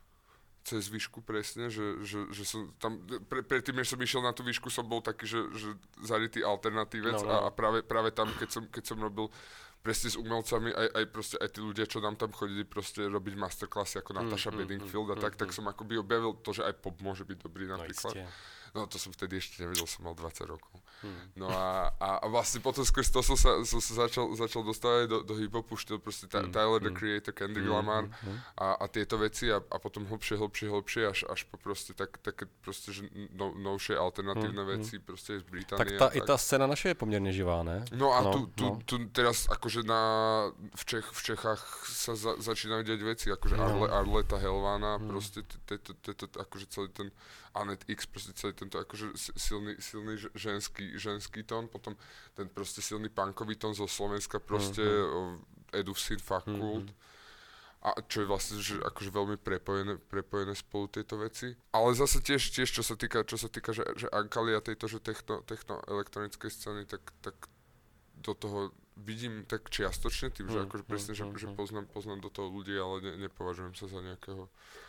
cez výšku presne, že, že, že som tam, pre, predtým, než som išiel na tú výšku, som bol taký, že, že zarytý alternatívec no, no. A, a práve, práve tam, keď som, keď som robil presne s umelcami, aj, aj proste aj tí ľudia, čo nám tam chodili proste robiť masterclasy ako Natasha mm, Bedingfield mm, a tak, mm, tak som akoby objavil to, že aj pop môže byť dobrý napríklad. No, no to som vtedy ešte nevedel, som mal dvadsať rokov. Hmm. No a, a, a vlastne potom skrz to som sa, som sa začal, začal dostávať do, do hip-hopu, štýl proste hmm. Tyler, hmm. the Creator, Kendrick hmm. Lamar hmm. a, a tieto veci a, a potom hlbšie, hlbšie, hlbšie až, až po proste tak, také proste, že no, novšie alternatívne hmm. veci proste z Británie. Tak ta, i ta scéna naše je poměrně živá, ne? No a no, tu, tu, no. tu teraz akože na, v, Čech, v Čechách sa za, začínajú diať veci, akože no. Arle, Arleta Helvana, hmm. proste akože celý ten Anet X, proste celý tento akože silný, silný ženský, ženský tón, potom ten proste silný punkový tón zo Slovenska, proste mm-hmm. Edufsin, Fakult. Mm-hmm. A čo je vlastne že akože veľmi prepojené, prepojené spolu tieto veci. Ale zase tiež, tiež čo sa týka, čo sa týka že, že Ankaly a tejto, že techno, techno elektronickej scény, tak, tak do toho vidím tak čiastočne tým, že akože presne, že, že poznám, poznám do toho ľudí, ale ne, nepovažujem sa za nejakého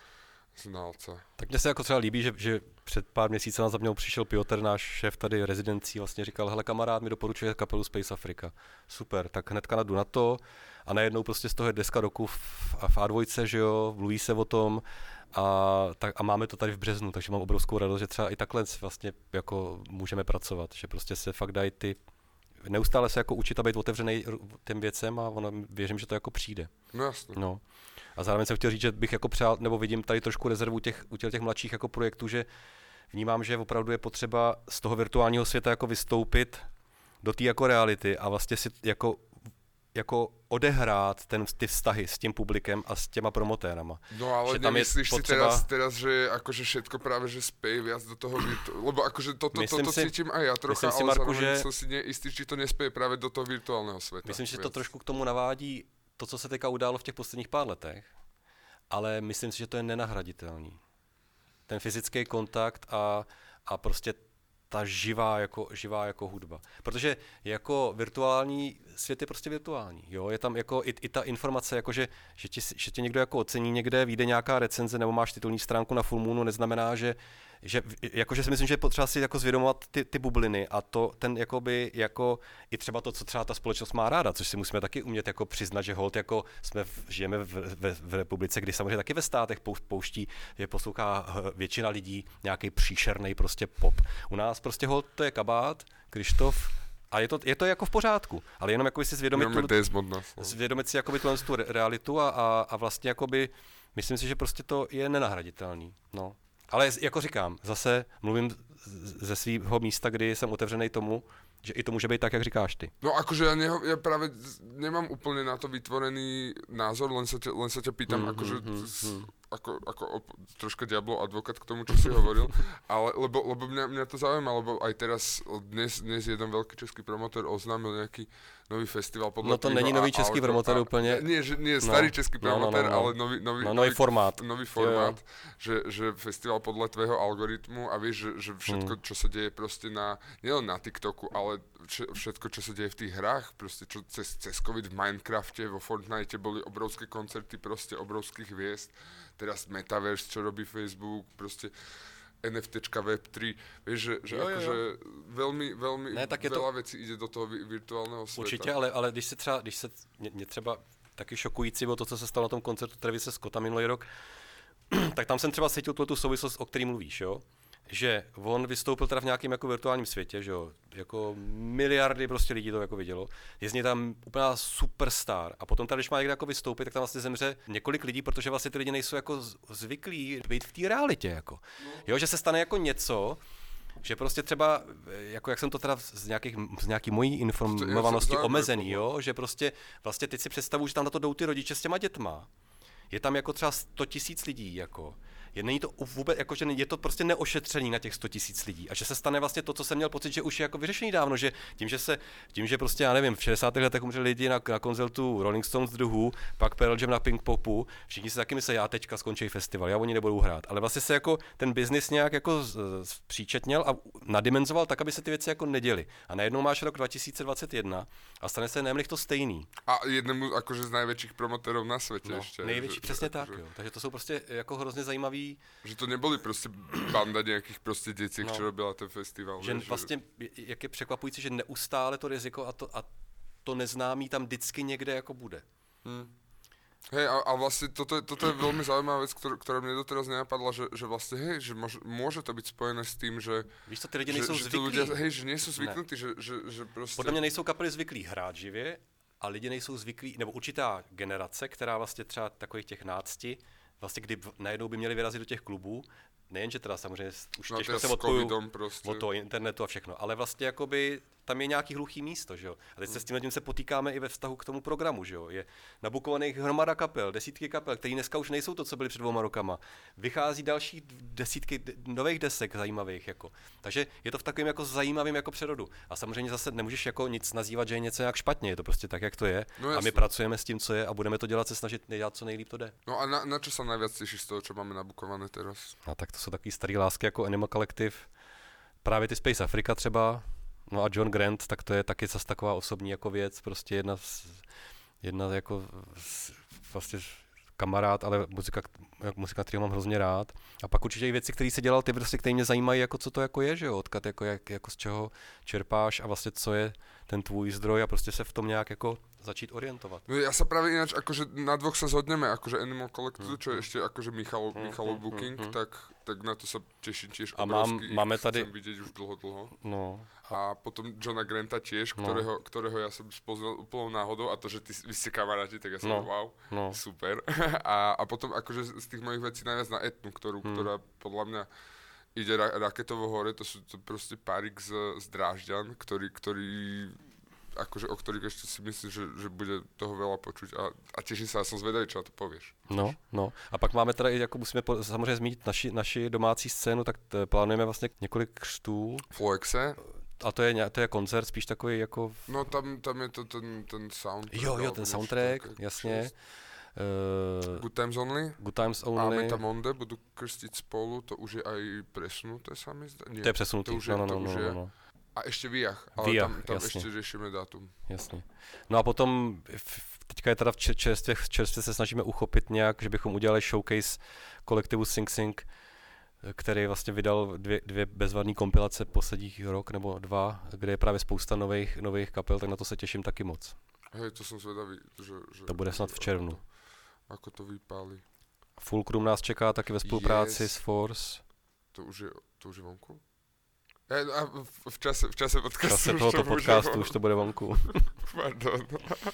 znalce. Tak mně se jako třeba líbí, že, že před pár měsíci za mnou přišel Piotr, náš šéf tady rezidencí, vlastně říkal, hele kamarád mi doporučuje kapelu Space Africa. Super, tak hnedka nadu na to a najednou prostě z toho je deska roku v, v á dva, že jo, mluví se o tom a, tak, a máme to tady v březnu, takže mám obrovskou radost, že třeba i takhle vlastně jako můžeme pracovat, že prostě se fakt dají ty, neustále se jako učit a být otevřený těm věcem a ono, věřím, že to jako přijde. No jasně. No. A zároveň jsem chtěl říct, že bych jako přál, nebo vidím tady trošku rezervu těch, u těch mladších jako projektů, že vnímám, že opravdu je potřeba z toho virtuálního světa jako vystoupit do té jako reality a vlastně si jako, jako odehrát ten, ty vztahy s tím publikem a s těma promotérama. No ale nemyslíš potřeba... si teraz, teraz, že akože všetko práve, že speje viac do toho virtuálneho, lebo akože toto to, to, to, to cítim aj ja trocha, si, ale Marku, zároveň že... som si neistý, či to nespeje práve do toho virtuálneho sveta. Myslím, že to trošku k tomu navádí to, co se teďka událo v těch posledních pár letech, ale myslím si, že to je nenahraditelný. Ten fyzický kontakt a, a prostě ta živá jako, živá jako hudba. Protože jako virtuální svět je prostě virtuální. Jo? Je tam jako i, i ta informace, jako že, že, tě, že tě někdo jako ocení někde, vyjde nějaká recenze nebo máš titulní stránku na Full Moonu, neznamená, že že jakože si myslím, že je potřeba si jako zvědomovat ty, ty bubliny a to ten jakoby jako i třeba to, co třeba ta společnost má ráda, což si musíme taky umět jako přiznat, že hold jako jsme v, žijeme v, v, v republice, kdy samozřejmě taky ve státech pouští, že poslouchá většina lidí nějaký příšerný prostě pop. U nás prostě hold to je Kabát, Krištof a je to, je to jako v pořádku, ale jenom jako si zvědomit, tu, zvědomit si jakoby tu realitu a, a, a vlastně jakoby myslím si, že prostě to je nenahraditelný. No. Ale jako říkám, zase mluvím ze svého místa, kdy jsem otevřený tomu, že i to může být tak, jak říkáš ty. No akože ja, neho, ja práve nemám úplne na to vytvorený názor, len sa ťa, len sa ťa pýtam, mm, akože mm, mm. ako, ako op, troška diablov advokát k tomu, čo si hovoril, ale lebo, lebo mňa, mňa to zaujíma, lebo aj teraz dnes, dnes jeden veľký český promotor oznámil nejaký nový festival podľa No to není nový český promotor úplně. Nie, že, nie starý no, český promotor, no, no, no, ale nový, nový, no, nový, nový formát. Nový formát, že, že festival podľa tvého algoritmu a vieš, že, že všetko, mm. čo sa deje proste na, nielen na TikToku, ale všetko, čo sa deje v tých hrách, proste čo cez, cez COVID v Minecrafte, vo Fortnite boli obrovské koncerty proste obrovských hviezd, teraz Metaverse, čo robí Facebook, proste NFTčka web tri, vieš, že, že jo, akože jo. veľmi, veľmi ne, tak veľa to... vecí ide do toho virtuálneho sveta. Určitě, ale, ale když se třeba, když se, mě, mě třeba taky šokující bylo to, co se stalo na tom koncertu Travise Scotta minulý rok, tak tam jsem třeba cítil tu souvislost, o který mluvíš, jo. že on vystoupil teda v nějakém jako virtuálním světě, že jo, jako miliardy prostě lidí to jako vidělo, je z něj tam úplná superstar a potom tady, když má někde jako vystoupit, tak tam vlastně zemře několik lidí, protože vlastně ty lidi nejsou jako zvyklí být v té realitě, jako. Jo, že se stane jako něco, že prostě třeba, jako jak jsem to teda z, nějakých, z nějaký mojí informovanosti omezený, jo, že prostě vlastně teď si představuji, že tam na to jdou ty rodiče s těma dětma. Je tam jako třeba sto tisíc lidí, jako. Je, není to vůbec, jako, že je to prostě neošetřený na těch sto tisíc lidí a že se stane vlastně to, co jsem měl pocit, že už je jako vyřešený dávno, že tím, že se, tím, že prostě, já nevím, v šedesátých letech umřeli lidi na, na koncertu Rolling Stones The Who, pak Pearl Jam na Pink Popu, všichni si taky myslí, já teďka skončí festival, já oni nebudou hrát, ale vlastně se jako ten biznis nějak jako příčetněl a nadimenzoval tak, aby se ty věci jako neděly. A najednou máš rok dva tisíce dvacet jedna a stane se nemlich to stejný. A jednému jakože z největších promotérů na světě no, ještě. Největší, že, přesně že, tak, že... jo. Takže to jsou prostě jako hrozně zajímavý. Že to neboli prostě banda nějakých prostě dětí, no. Čo robila ten festival. Že vieš, vlastně, jak je překvapující, že neustále to riziko a to, a to neznámý tam vždycky někde jako bude. Hmm. Hej, a, a vlastne toto, toto je veľmi zaujímavá vec, ktorá, ktorá mne doteraz nenapadla, že, že vlastne, hej, že môže, môže to byť spojené s tým, že... Víš co, ty lidi nejsou že, zvyklí. Že ľudia, hej, že nie sú zvyknutí, že, že, že proste... Podle mě nejsou kapely zvyklí hrát živě a lidi nejsou zvyklí, nebo určitá generace, která vlastně třeba takových těch nácti, vlastně kdy najednou by měli vyrazit do těch klubů, nejenže teda samozřejmě už no, těžko se odpojují prostě. od toho internetu a všechno, ale vlastně jakoby tam je nějaký hluchý místo, že jo. A teď se s tím tím se potýkáme i ve vztahu k tomu programu, že jo. Je nabukovaných hromada kapel, desítky kapel, které dneska už nejsou to, co byly před dvouma rokama. Vychází další desítky nových desek zajímavých, jako. Takže je to v takovém jako zajímavém jako přerodu. A samozřejmě zase nemůžeš jako nic nazývat, že je něco nějak špatně, je to prostě tak, jak to je. No, a my pracujeme s tím, co je a budeme to dělat, se snažit dělat co nejlíp to jde. No a na, na čo sa najviac tešíš z toho, čo máme nabukované teraz? A tak to jsou takový starý lásky jako Animal Collective, právě ty Space Africa třeba. No a John Grant, tak to je taky zase taková osobní jako věc, prostě jedna, z, jedna jako z, vlastně kamarád, ale muzika, muzika, kterou mám hrozně rád. A pak určitě i věci, které se dělal, ty prostě, které mě zajímají, jako co to jako je, že jo, odkud, jako, jak, jako z čeho čerpáš a vlastně co je ten tvůj zdroj a prostě se v tom nějak jako začít orientovat. No ja sa práve ináč, akože na dvoch sa zhodneme, akože Animal Collective, čo je ešte akože Michalov, Michalov booking, mm, mm, tak, tak na to sa teším tiež a obrovský. A máme tady... Chcem vidieť už dlho, dlho. No. A potom Johna Granta tiež, no. ktorého, ktorého ja som spoznal úplnou náhodou a to, že ty, vy ste kamaráti, tak ja som no. wow, no. super. a, a potom akože z tých mojich vecí najviac na Etnu, ktorú, hmm. ktorá podľa mňa ide ra- raketovo hore, to sú to proste párik z, z Drážďan, ktorý, ktorý akože, o ktorých ešte si myslím, že, že bude toho veľa počuť a, a teším sa, ja som zvedavý, čo na to povieš. No, no. A pak máme teda i, jako musíme po, samozřejmě zmínit naši, naši domácí scénu, tak t, plánujeme vlastně několik křtů. Floexe. A to je, to je koncert spíš takový jako... V... No tam, tam je to ten, ten soundtrack. Jo, jo, ten soundtrack, tak, jasně. Uh, Good Times Only. Good Times Only. A Metamonde budú krstiť spolu, to už je aj presunuté, sa mi zdá. Nie, to je presunutý, to už no, je, no, to no, už no, je. no. A ještě Viach, ale Viach, tam, tam jasně. ještě řešíme dátum. Jasně. No a potom, teďka je teda v čerstvě, čerstvě se snažíme uchopit nějak, že bychom udělali showcase kolektivu Sing Sing, který vlastně vydal dvě, dvě bezvadné kompilace posledních rok nebo dva, kde je právě spousta nových, nových kapel, tak na to se těším taky moc. Hej, to jsem zvedavý. Že, že, to bude snad v červnu. Ako to, ako to vypálí. Fulcrum nás čeká taky ve spolupráci yes. s Force. To už je, to už je vonku? A v čase, v čase podcastu. V čase tohoto podcastu už to bude vonku. Pardon.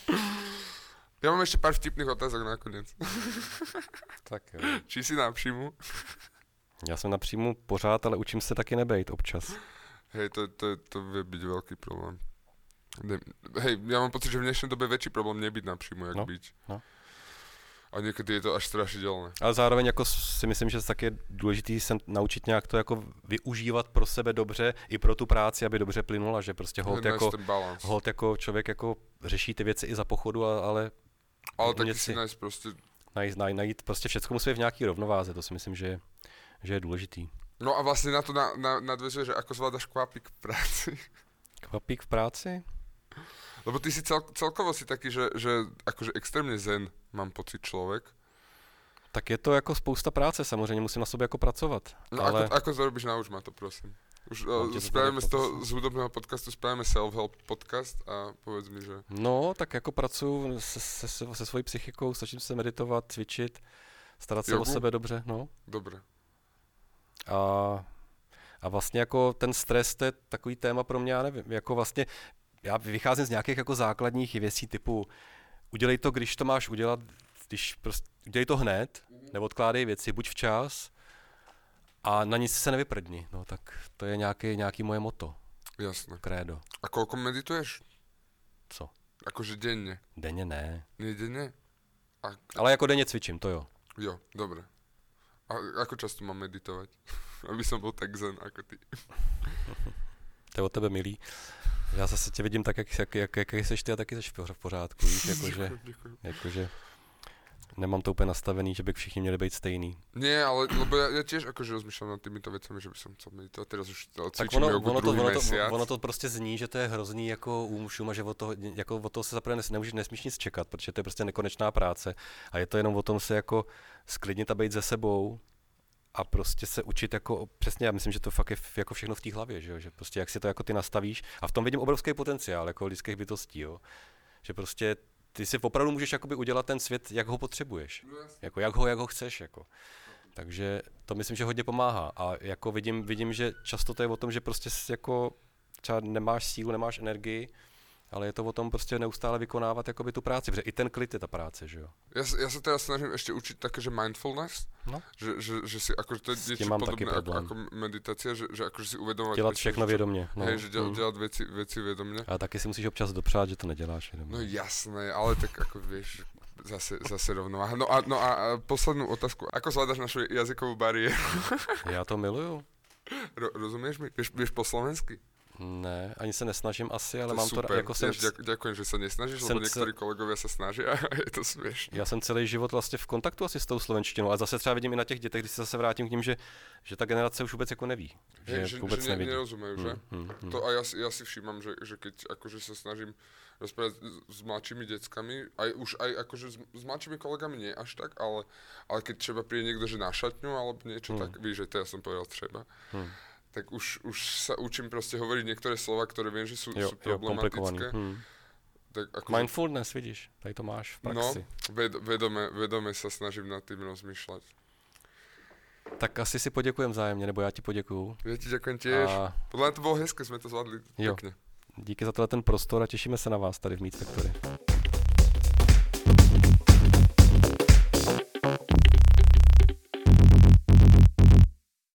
Ja mám ešte pár vtipných otázok nakoniec. Tak jo. Či si na příjmu? Já jsem na příjmu pořád, ale učím se taky nebejt občas. Hej, to, to, to vie byť veľký problém. Hej, ja mám pocit, že v dnešnej dobe je väčší problém nebyť na příjmu, jak no, byť. No. A někdy je to až strašidelné. Ale zároveň jako si myslím, že tak je důležitý se naučit nějak to jako využívat pro sebe dobře i pro tu práci, aby dobře plynula, že prostě hold jako, hold jako člověk jako řeší ty věci i za pochodu, ale ale taky si najít prostě najít, najít, najít prostě všechno musí v nějaký rovnováze, to si myslím, že je, že je důležitý. No a vlastně na to na, na, nadvězuje, že ako zvládáš kvapík v práci. Kvapík v práci? Lebo ty si cel, celkovo si taký, že, že akože extrémne zen, mám pocit, človek. Tak je to jako spousta práce, samozřejmě musím na sobě jako pracovat. No ale... ako, ako to robíš, nauč ma to, prosím. Už uh, spravíme z toho, z hudobného podcastu, spravíme self-help podcast a povedz mi, že... No, tak jako pracuji se, se, se svojí psychikou, snažím se meditovat, cvičit, starat se Jogu? o sebe dobře, no. Dobre. A A vlastně jako ten stres, to je takový téma pro mě, já nevím, jako vlastně já vycházím z nějakých jako základních věcí typu udělej to, když to máš udělat, když prostě udělej to hned, neodkládej věci, buď včas a na nic se nevyprdni, no tak to je nějaký, nějaký moje motto. Jasné. Krédo. A koľko medituješ? Co? Akože denne? Denně ne. Nie denne? A... Ale jako denně cvičím, to jo. Jo, dobre. A ako často mám meditovať? Aby som bol tak zen ako ty. To je od tebe milý. Já zase tě vidím tak, jak, jak, jak, jak jsi ty a taky jsi v pořádku, víš, jakože, jakože nemám to úplně nastavený, že by všichni měli být stejný. Nie, ale lebo ja, ja tiež akože rozmýšľam nad týmito vecami, že by som chcel meditovať, teraz už cvičím ono, jogu ono druhý to, ono mesiac. To, ono to prostě zní, že to je hrozný jako úmšum a že od toho, jako od toho se zaprvé nes, nemůžeš, nesmíš nic čekat, protože to je prostě nekonečná práce a je to jenom o tom se jako sklidnit a být ze sebou a prostě se učit jako, přesně já myslím, že to fakt je jako všechno v té hlavě, že, jo? Že prostě jak si to jako ty nastavíš a v tom vidím obrovský potenciál jako lidských bytostí, jo? Že prostě ty si opravdu můžeš jakoby udělat ten svět, jak ho potřebuješ, jako jak ho, jak ho chceš, jako. Takže to myslím, že hodně pomáhá a jako vidím, vidím, že často to je o tom, že prostě jako třeba nemáš sílu, nemáš energii, ale je to o tom prostě neustále vykonávat jakoby tu práci, protože i ten klid je ta práce, že jo. Ja, ja sa teraz snažím ešte učiť také, že mindfulness, no. že, že, že si akože to je niečo podobné ako, ako meditácia, že, že akože si uvedomovať... Dělat všechno vědomě. No. Hej, že dělat, mm. dělat věci, věci vědomě. A taky si musíš občas dopřát, že to neděláš vědomě. No jasné, ale tak ako vieš, zase, zase rovno. No a, no a poslednú otázku, ako zvládaš našu jazykovú bariéru? Já to miluju. Ro, rozumieš mi? Vieš, vieš po slovensky? Ne, ani se nesnažím asi, ale to mám super. to jako jsem... Ďak, ďakujem, že sa nesnažíš, lebo niektorí kolegovia sa snažia a je to smiešné. Já jsem celý život vlastně v kontaktu asi s tou slovenštinou, ale zase třeba vidím i na těch dětech, když se zase vrátím k ním, že, že ta generace už vůbec jako neví. Že, Hej, že, vůbec že nevidí. nerozumejú, že? Hmm, hmm, hmm. To a ja, ja si všímam, že, že keď akože sa snažím rozprávať s, s mladšími deckami, aj už aj akože s, s mladšími kolegami nie až tak, ale, ale keď třeba príde niekto, že na šatňu alebo niečo, hmm. tak víš, že to ja som povedal třeba. Hmm. Tak už, už sa učím proste hovoriť niektoré slova, ktoré viem, že sú, jo, sú problematické. Hmm. Tak ako Mindfulness, vidíš, tady to máš v praxi. No, ved, vedome, vedome sa snažím nad tým rozmýšľať. Tak asi si poděkujem vzájemně, nebo já ti poděkuju. Ja ti ďakujem tiež. A... Podľa mňa to bolo hezké, sme to zvládli jo. pekne. Díky za tenhle ten prostor a těšíme se na vás tady v Meat Factory.